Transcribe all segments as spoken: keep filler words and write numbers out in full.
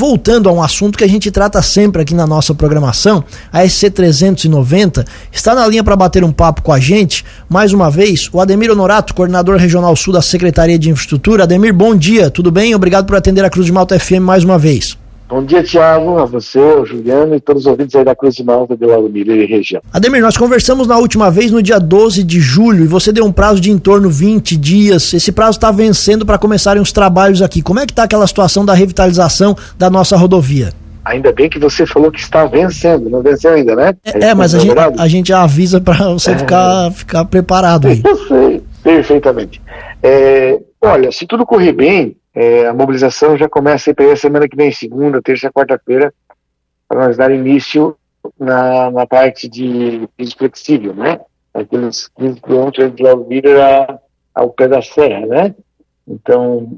voltando a um assunto que a gente trata sempre aqui na nossa programação, a S C trezentos e noventa, está na linha para bater um papo com a gente, mais uma vez, o Ademir Honorato, coordenador regional sul da Secretaria de Infraestrutura. Ademir, bom dia, tudo bem? Obrigado por atender a Cruz de Malta F M mais uma vez. Bom dia, Thiago, a você, ao Juliano e todos os ouvintes aí da Cruz de Malta, de Lauro Miller e região. Ademir, nós conversamos na última vez no dia doze de julho e você deu um prazo de em torno de vinte dias. Esse prazo está vencendo para começarem os trabalhos aqui. Como é que está aquela situação da revitalização da nossa rodovia? Ainda bem que você falou que está vencendo, não venceu ainda, né? É, é mas a gente, a gente avisa para você ficar, ficar preparado aí. Eu sei, perfeitamente. É, olha, se tudo correr bem, É, a mobilização já começa aí para a semana que vem, segunda, terça, quarta-feira, para nós dar início na, na parte de piso flexível, né? Aqueles quinze quilômetros de Lauro Miller ao pé da serra, né? Então,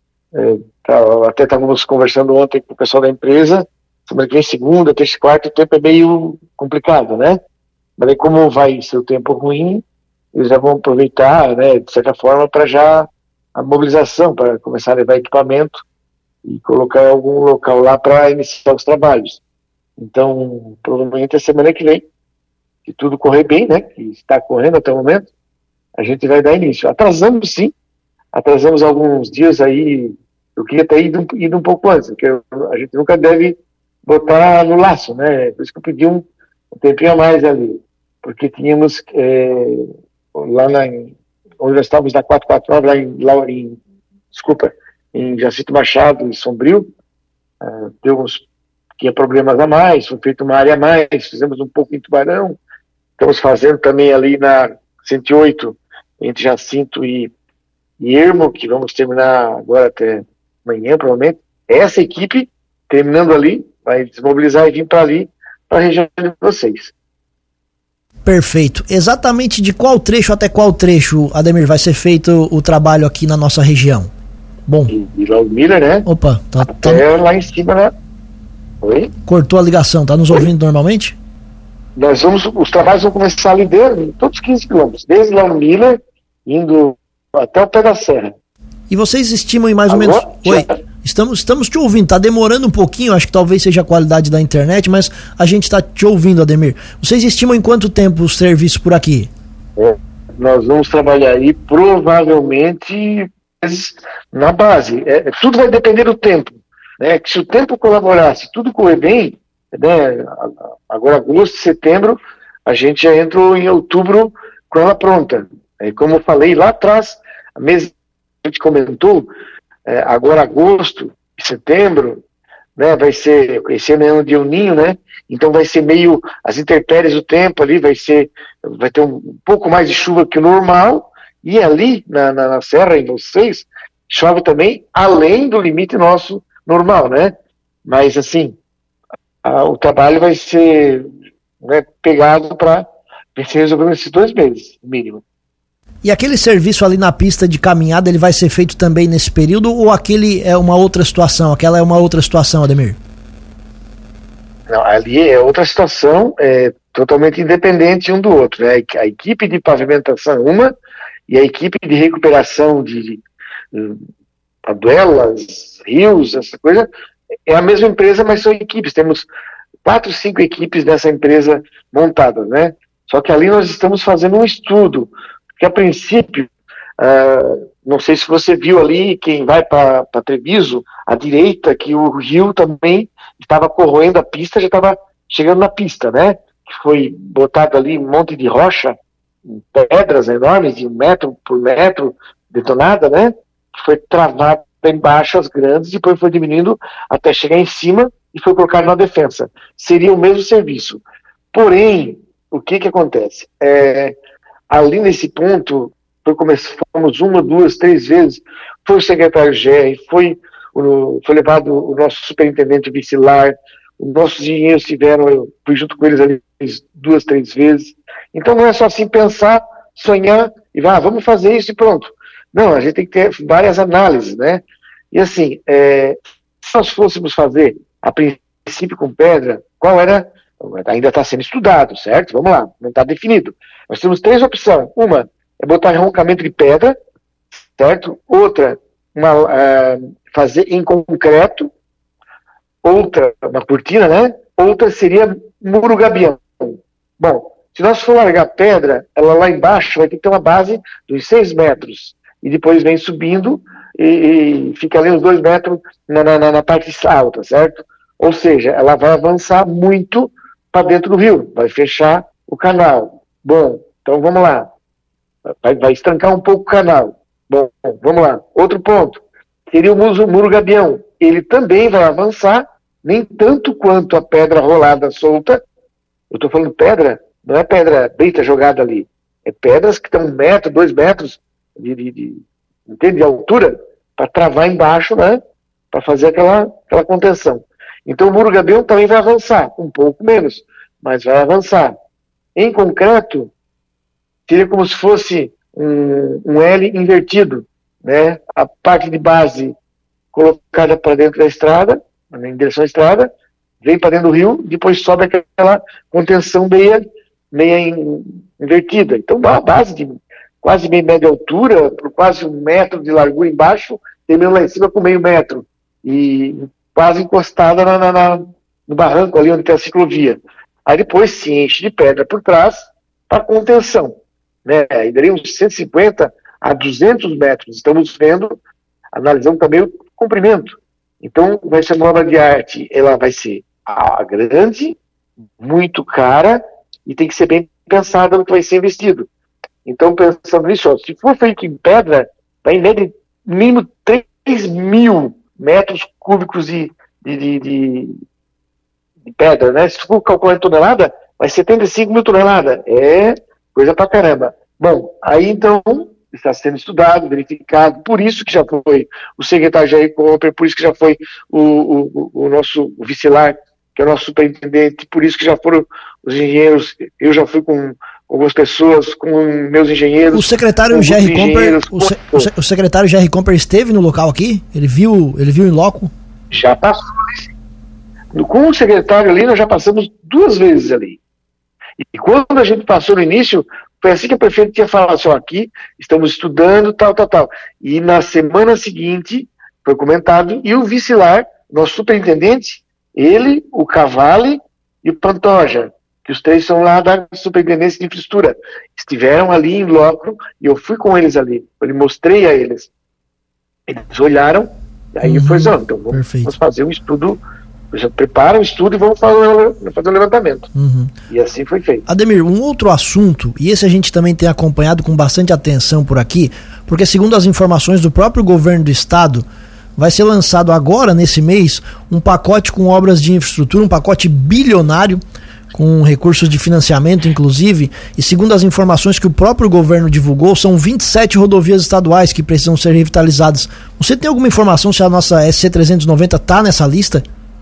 é, tá, até estávamos conversando ontem com o pessoal da empresa, semana que vem, segunda, terça e quarta, o tempo é meio complicado, né? Mas aí, como vai ser o tempo ruim, eles já vão aproveitar, né, de certa forma, para já a mobilização, para começar a levar equipamento e colocar em algum local lá para iniciar os trabalhos. Então, provavelmente a semana que vem, se tudo correr bem, né, que está correndo até o momento, a gente vai dar início. Atrasamos sim, atrasamos alguns dias aí, eu queria ter ido, ido um pouco antes, porque a gente nunca deve botar no laço, né, por isso que eu pedi um, um tempinho a mais ali, porque tínhamos é, lá na... onde nós estávamos na quatrocentos e quarenta e nove, lá em, em, desculpa, em Jacinto Machado, em Sombrio, uh, deu uns tinha problemas a mais, foi feita uma área a mais, fizemos um pouco em Tubarão, estamos fazendo também ali na cento e oito, entre Jacinto e, e Ermo, que vamos terminar agora até amanhã, provavelmente. Essa equipe, terminando ali, vai desmobilizar e vir para ali, para a região de vocês. Perfeito. Exatamente de qual trecho até qual trecho, Ademir, vai ser feito o trabalho aqui na nossa região? Bom. De Lauro Miller, né? Opa, tá, tá... É lá em cima, né? Oi? Cortou a ligação, tá nos Oi? ouvindo normalmente? Nós vamos, os trabalhos vão começar ali dentro, todos os quinze quilômetros, desde Lauro Miller, indo até o pé da serra. E vocês estimam em mais ou Alô? menos... Oi, estamos, estamos te ouvindo, tá demorando um pouquinho, acho que talvez seja a qualidade da internet, mas a gente está te ouvindo, Ademir. Vocês estimam em quanto tempo o serviço por aqui? É, nós vamos trabalhar aí provavelmente na base. É, tudo vai depender do tempo. Né? Se o tempo colaborar, se tudo correr bem, né? Agora agosto, setembro, a gente já entrou em outubro com ela pronta. É, como eu falei lá atrás, a mesa a gente comentou, é, agora agosto e setembro, né, vai ser, esse ano é ano de El Ninho, né, então vai ser meio, as intempéries do tempo ali, vai ser, vai ter um, um pouco mais de chuva que o normal, e ali na, na, na serra, em vocês, chove também além do limite nosso normal, né, mas assim, a, o trabalho vai ser, né, pegado para ser resolvido nesses dois meses, mínimo. E aquele serviço ali na pista de caminhada, ele vai ser feito também nesse período ou aquele é uma outra situação? Aquela é uma outra situação, Ademir? Não, ali é outra situação, é totalmente independente um do outro, né? A equipe de pavimentação é uma e a equipe de recuperação de, de, de paduelas, rios, essa coisa, é a mesma empresa, mas são equipes. Temos quatro, cinco equipes dessa empresa montadas, né? Só que ali nós estamos fazendo um estudo, que a princípio, uh, não sei se você viu ali, quem vai para Treviso, à direita, que o rio também estava corroendo a pista, já estava chegando na pista, né? Que foi botado ali um monte de rocha, pedras enormes, de um metro por metro, detonada, né? Que foi travada embaixo as grandes, depois foi diminuindo até chegar em cima e foi colocado na defensa. Seria o mesmo serviço. Porém, o que que acontece? É... Ali nesse ponto, foi começamos uma, duas, três vezes, foi o secretário G R, foi, o, foi levado o nosso superintendente Vicilar, os nossos engenheiros tiveram, eu fui junto com eles ali duas, três vezes. Então não é só assim pensar, sonhar e ah, vamos fazer isso e pronto. Não, a gente tem que ter várias análises, né? E assim, é, se nós fôssemos fazer, a princípio com pedra, qual era... Ainda está sendo estudado, certo? Vamos lá, não está definido. Nós temos três opções. Uma é botar enroncamento de pedra, certo? Outra, uma, uh, fazer em concreto. outra, uma cortina, né? Outra seria muro gabião. Bom, se nós for largar pedra, ela lá embaixo vai ter que ter uma base dos seis metros. E depois vem subindo e, e fica ali uns dois metros na, na, na parte alta, certo? Ou seja, ela vai avançar muito para dentro do rio, vai fechar o canal. Bom, então vamos lá. Vai, vai estancar um pouco o canal. Bom, vamos lá. Outro ponto. Seria o muro, muro gabião. Ele também vai avançar, nem tanto quanto a pedra rolada solta. Eu estou falando pedra, não é pedra brita jogada ali. É pedras que estão um metro, dois metros de, de, de, entende? De altura, para travar embaixo, né? Para fazer aquela, aquela contenção. Então o muro gabião também vai avançar, um pouco menos, mas vai avançar. Em concreto, seria como se fosse um, um L invertido, né? A parte de base colocada para dentro da estrada, em direção à estrada, vem para dentro do rio, depois sobe aquela contenção meia, meia in, invertida. Então dá uma base de quase meio metro de altura, por quase um metro de largura embaixo, terminando lá em cima com meio metro. E quase encostada na, na, na, no barranco ali onde tem a ciclovia. Aí depois se enche de pedra por trás para contenção. Né? Aí daria uns cento e cinquenta a duzentos metros. Estamos vendo, analisando também o comprimento. Então vai ser uma obra de arte, ela vai ser a grande, muito cara e tem que ser bem pensada no que vai ser investido. Então pensando nisso, ó, se for feito em pedra, vai em média mínimo três mil metros cúbicos de, de, de, de, de pedra, né? Se for calcular em tonelada, vai setenta e cinco mil toneladas. É coisa pra caramba. Bom, aí então está sendo estudado, verificado, por isso que já foi o secretário Jair Comper, por isso que já foi o, o, o nosso Vicilar, que é o nosso superintendente, por isso que já foram os engenheiros, eu já fui com algumas pessoas, com meus engenheiros. O secretário Jair Comper, o, se, o, se, o secretário Jair Comper esteve no local aqui? Ele viu, ele viu em loco? Já passou. Com o secretário ali, nós já passamos duas vezes ali. E quando a gente passou no início, foi assim que a prefeita tinha falado assim, ó, aqui estamos estudando, tal, tal, tal. E na semana seguinte, foi comentado, e o Vicilar, nosso superintendente, ele, o Cavale e o Pantoja, que os três são lá da Superintendência de Infraestrutura, estiveram ali em loco, e eu fui com eles ali, eu mostrei a eles. Eles olharam, e aí uhum, foi assim, então vamos, vamos fazer um estudo, já prepara um estudo e vamos fazer, fazer um levantamento. Uhum. E assim foi feito. Ademir, um outro assunto, e esse a gente também tem acompanhado com bastante atenção por aqui, porque segundo as informações do próprio governo do estado, vai ser lançado agora, nesse mês, um pacote com obras de infraestrutura, um pacote bilionário, com recursos de financiamento, inclusive, e segundo as informações que o próprio governo divulgou, são vinte e sete rodovias estaduais que precisam ser revitalizadas. Você tem alguma informação se a nossa S C trezentos e noventa está nessa lista?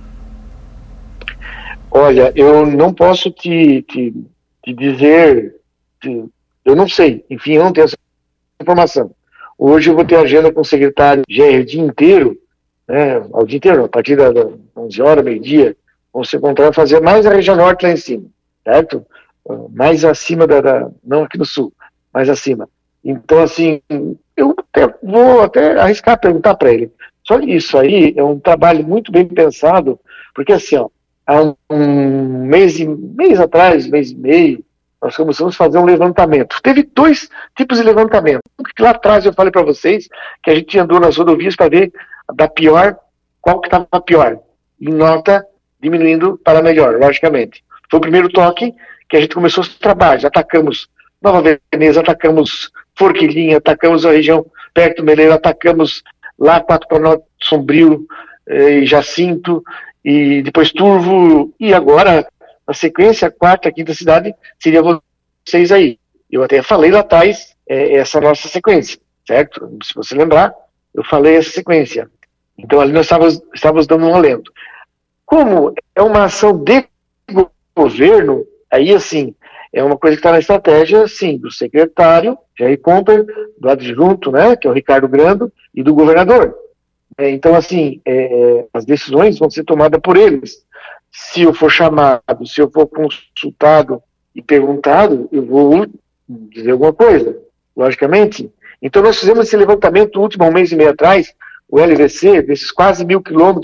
Olha, eu não posso te, te, te dizer, te, eu não sei, enfim, eu não tenho essa informação. Hoje eu vou ter agenda com o secretário Jair o dia inteiro, né, ao dia inteiro, a partir das onze horas, meio-dia, vamos se encontrar e fazer mais a região norte lá em cima, certo? Mais acima da, da, não aqui no sul, mais acima. Então, assim, eu até, vou até arriscar perguntar para ele. Só isso aí é um trabalho muito bem pensado, porque assim, ó, há um, um mês, e, mês atrás, mês e meio, nós começamos a fazer um levantamento. Teve dois tipos de levantamento. Lá atrás eu falei para vocês que a gente andou nas rodovias para ver da pior, qual que estava pior. Em nota, diminuindo para melhor, logicamente. Foi o primeiro toque que a gente começou os trabalhos. Atacamos Nova Veneza, atacamos Forquilinha, atacamos a região perto do Meleiro, atacamos lá Quatro Coronel Sombrio, eh, Jacinto, e depois Turvo, e agora, na sequência, a quarta, a quinta cidade, seria vocês aí. Eu até falei lá atrás é, essa nossa sequência, certo? Se você lembrar, eu falei essa sequência. Então ali nós estávamos, estávamos dando um alento. Como é uma ação de governo, aí assim, é uma coisa que está na estratégia, sim, do secretário, Jair Comper, do adjunto, né, que é o Ricardo Grando, e do governador. É, então, assim, é, as decisões vão ser tomadas por eles. Se eu for chamado, se eu for consultado e perguntado, eu vou dizer alguma coisa, logicamente. Então, nós fizemos esse levantamento no último mês e meio atrás, o L V C, desses quase mil quilômetros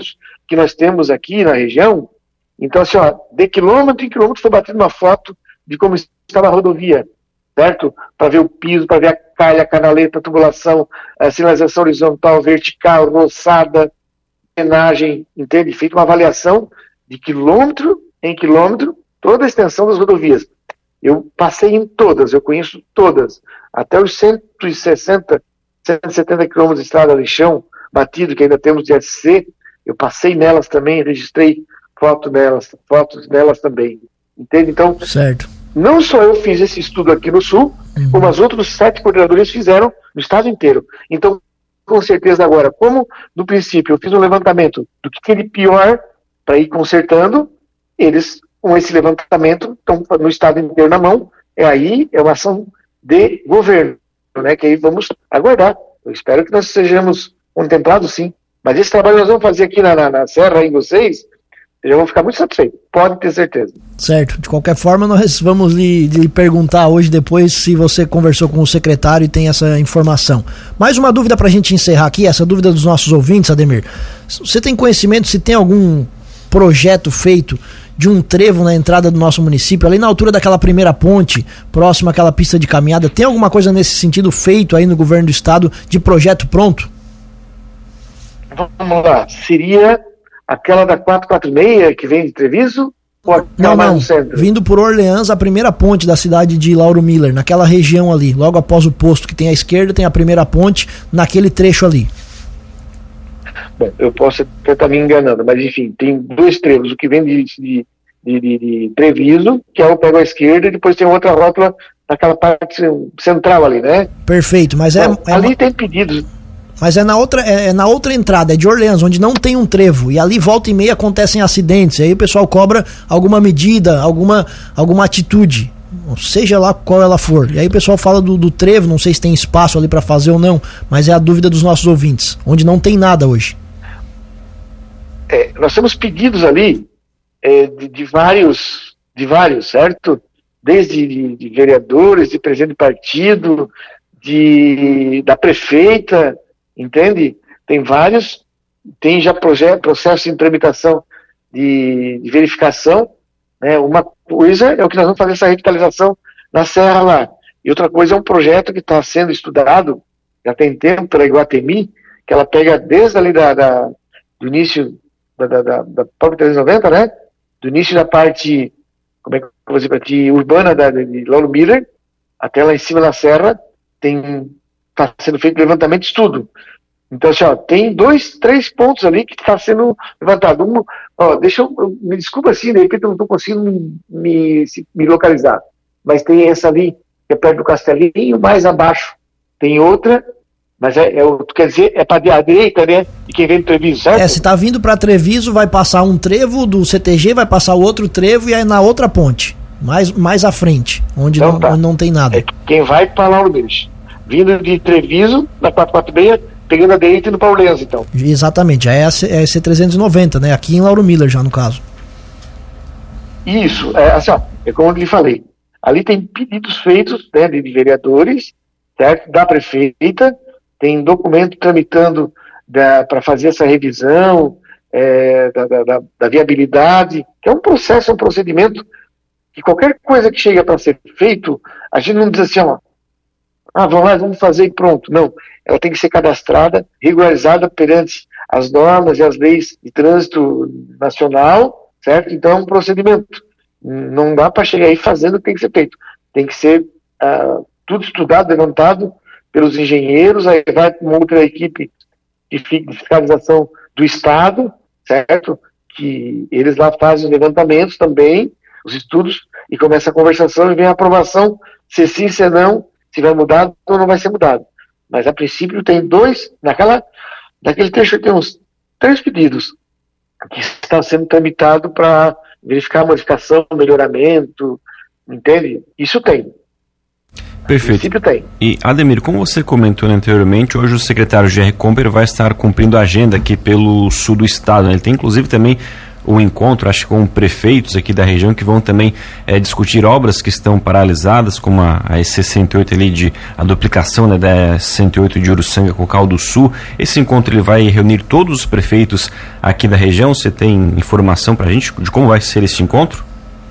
que nós temos aqui na região. Então, assim, ó, de quilômetro em quilômetro foi batida uma foto de como estava a rodovia, certo? Para ver o piso, para ver a calha, a canaleta, a tubulação, a sinalização horizontal, vertical, roçada, drenagem, entende? Feito uma avaliação de quilômetro em quilômetro, toda a extensão das rodovias. Eu passei em todas, eu conheço todas, até os cento e sessenta, cento e setenta quilômetros de estrada de chão batido, que ainda temos de S C, eu passei nelas também, registrei foto delas, fotos delas também, entende? Então, certo. Não só eu fiz esse estudo aqui no Sul, uhum. como os outros sete coordenadores fizeram no estado inteiro. Então, com certeza agora, como no princípio eu fiz um levantamento do que tinha de pior para ir consertando, eles, com esse levantamento, estão no estado inteiro na mão, é aí, é uma ação de governo, né, que aí vamos aguardar. Eu espero que nós sejamos contemplados, sim. Mas esse trabalho nós vamos fazer aqui na, na, na Serra, aí vocês, já vão ficar muito satisfeitos, pode ter certeza. Certo, de qualquer forma nós vamos lhe, lhe perguntar hoje depois se você conversou com o secretário e tem essa informação. Mais uma dúvida para a gente encerrar aqui, essa dúvida dos nossos ouvintes, Ademir. Você tem conhecimento se tem algum projeto feito de um trevo na entrada do nosso município, ali na altura daquela primeira ponte, próxima àquela pista de caminhada, tem alguma coisa nesse sentido feito aí no governo do estado de projeto pronto? Vamos lá, seria aquela da quatrocentos e quarenta e seis que vem de Treviso? Ou não, não, vindo por Orleans, a primeira ponte da cidade de Lauro Miller, naquela região ali, logo após o posto que tem à esquerda, tem a primeira ponte naquele trecho ali. Bom, eu posso até estar me enganando, mas enfim, tem dois trevos, o que vem de, de, de, de, de Treviso, que é o pego à esquerda, e depois tem outra rótula naquela parte central ali, né? Perfeito, mas é... Então, é ali uma... tem pedidos... Mas é na outra, é, é na outra entrada, é de Orleans, onde não tem um trevo. E ali volta e meia acontecem acidentes. E aí o pessoal cobra alguma medida, alguma, alguma atitude, seja lá qual ela for. E aí o pessoal fala do, do trevo, não sei se tem espaço ali para fazer ou não, mas é a dúvida dos nossos ouvintes, onde não tem nada hoje. É, nós temos pedidos ali é, de, de vários, de vários, certo? Desde de, de vereadores, de presidente de partido, de, da prefeita, entende? Tem vários, tem já projeto, processo em tramitação de, de verificação, né? Uma coisa é o que nós vamos fazer essa revitalização na Serra lá, e outra coisa é um projeto que está sendo estudado, já tem tempo, pela Iguatemi, que ela pega desde ali da, da, do início da, da, da, da própria trezentos e noventa, né? Do início da parte, como é que eu vou dizer para ti, urbana da, de Lauro Miller, até lá em cima da Serra, tem... está sendo feito levantamento de estudo. Então, assim, ó, tem dois, três pontos ali que está sendo levantado. Um, ó, deixa eu, eu, me desculpa assim, de repente eu não estou conseguindo me, me, me localizar, mas tem essa ali, que é perto do Castelinho, mais abaixo tem outra, mas é, é quer dizer, é para a direita, né, de quem vem do Treviso, certo? É, se está vindo para Treviso, vai passar um trevo do C T G, vai passar outro trevo e aí na outra ponte, mais, mais à frente, onde, então, não, tá. onde não tem nada. É quem vai para Lauro Miller, vindo de Treviso, na quatrocentos e quarenta e seis, pegando a direita e indo para Orleans, então. Exatamente, já é a C trezentos e noventa, né? Aqui em Lauro Miller, já no caso. Isso, é assim, ó, é como eu lhe falei. Ali tem pedidos feitos, né, de vereadores, certo? Da prefeita, tem documento tramitando para fazer essa revisão é, da, da, da viabilidade, que é um processo, um procedimento que qualquer coisa que chega para ser feito, a gente não diz assim, ó, ah, vamos lá, vamos fazer e pronto. Não, ela tem que ser cadastrada, regularizada perante as normas e as leis de trânsito nacional, certo? Então é um procedimento. Não dá para chegar aí fazendo o que tem que ser feito. Tem que ser uh, tudo estudado, levantado pelos engenheiros, aí vai uma outra equipe de fiscalização do Estado, certo? Que eles lá fazem os levantamentos também, os estudos, e começa a conversação e vem a aprovação, se sim, se não, se vai mudar ou não vai ser mudado. Mas a princípio tem dois, naquela, naquele trecho tem uns três pedidos que estão sendo tramitados para verificar a modificação, melhoramento, entende? Isso tem. Perfeito. A princípio tem. E Ademir, como você comentou anteriormente, hoje o secretário Jerry Comper vai estar cumprindo a agenda aqui pelo sul do estado, né? Ele tem inclusive também o encontro, acho que com prefeitos aqui da região que vão também é, discutir obras que estão paralisadas, como a, a E C cento e oito ali, de, a duplicação, né, da cento e oito de Uruçanga com Cocal do Sul. Esse encontro ele vai reunir todos os prefeitos aqui da região. Você tem informação para a gente de como vai ser esse encontro?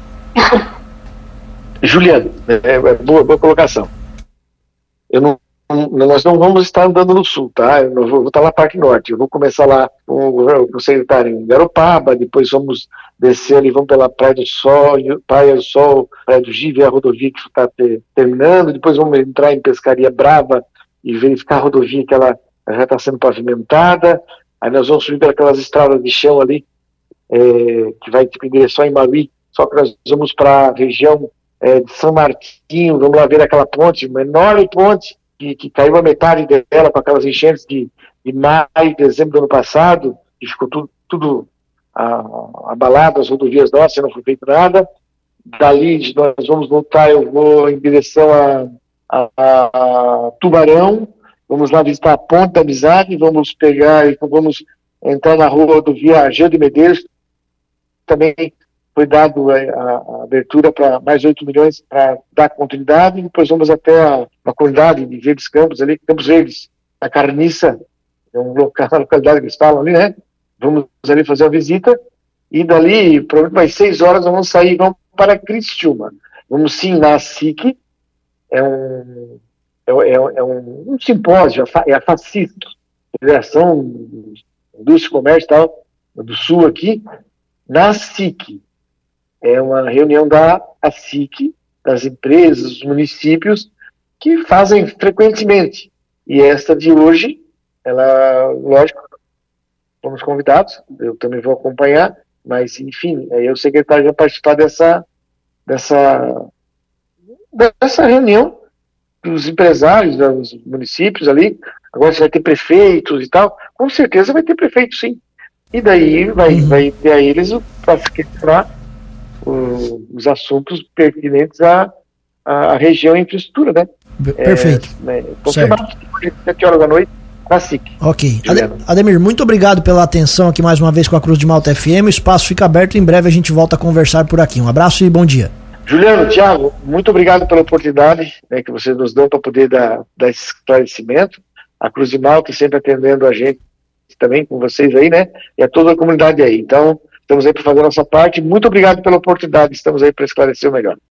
Juliano, é, é boa, boa colocação. Eu não Nós não vamos estar andando no sul, tá? Eu vou, vou estar na parte norte. Eu vou começar lá com o secretário em Garopaba, depois vamos descer ali, vamos pela Praia do Sol, Praia do Sol, Praia do Give, a rodovia que está te, terminando, depois vamos entrar em Pescaria Brava e verificar a rodovia que ela, ela já está sendo pavimentada. Aí nós vamos subir pelas estradas de chão ali, é, que vai tipo, em direção a Imaruí, só que nós vamos para a região é, de São Martinho, vamos lá ver aquela ponte, uma enorme ponte, Que, que caiu a metade dela com aquelas enchentes de, de maio e dezembro do ano passado, que ficou tudo, tudo a, abalado, as rodovias nossas, não foi feito nada. Dali nós vamos voltar, eu vou em direção a, a, a Tubarão, vamos lá visitar a Ponte da Amizade, vamos pegar e vamos entrar na rua rodovia Geo de Medeiros, também foi dado a, a abertura para mais oito milhões para dar continuidade, e depois vamos até a, uma comunidade de Verdes Campos, ali, Campos Verdes, a Carniça, é um local, uma localidade que eles falam ali, né? Vamos ali fazer uma visita, e dali, provavelmente mais seis horas, nós vamos sair e vamos para Criciúma. Vamos sim na SIC, é um, é, é, é um, um simpósio, é a FACIC, Federação Indústria e Comércio e tal, do Sul aqui, na SIC. É uma reunião da SIC, das empresas, dos municípios, que fazem frequentemente. E esta de hoje, ela, lógico, fomos convidados, eu também vou acompanhar, mas, enfim, aí o secretário vai participar dessa, dessa, dessa reunião dos empresários, dos municípios ali. Agora você vai ter prefeitos e tal, com certeza vai ter prefeito, sim. E daí vai, uhum. vai ter a eles para questionar os assuntos pertinentes à, à região e infraestrutura, né? Perfeito. É, certo. sete horas da noite, na SIC. Ok. Ade- Ademir, muito obrigado pela atenção aqui mais uma vez com a Cruz de Malta F M. O espaço fica aberto, em breve a gente volta a conversar por aqui. Um abraço e bom dia. Juliano, Thiago, muito obrigado pela oportunidade, né, que vocês nos dão para poder dar, dar esse esclarecimento. A Cruz de Malta sempre atendendo a gente também, com vocês aí, né? E a toda a comunidade aí. Então, estamos aí para fazer a nossa parte. Muito obrigado pela oportunidade. Estamos aí para esclarecer o melhor.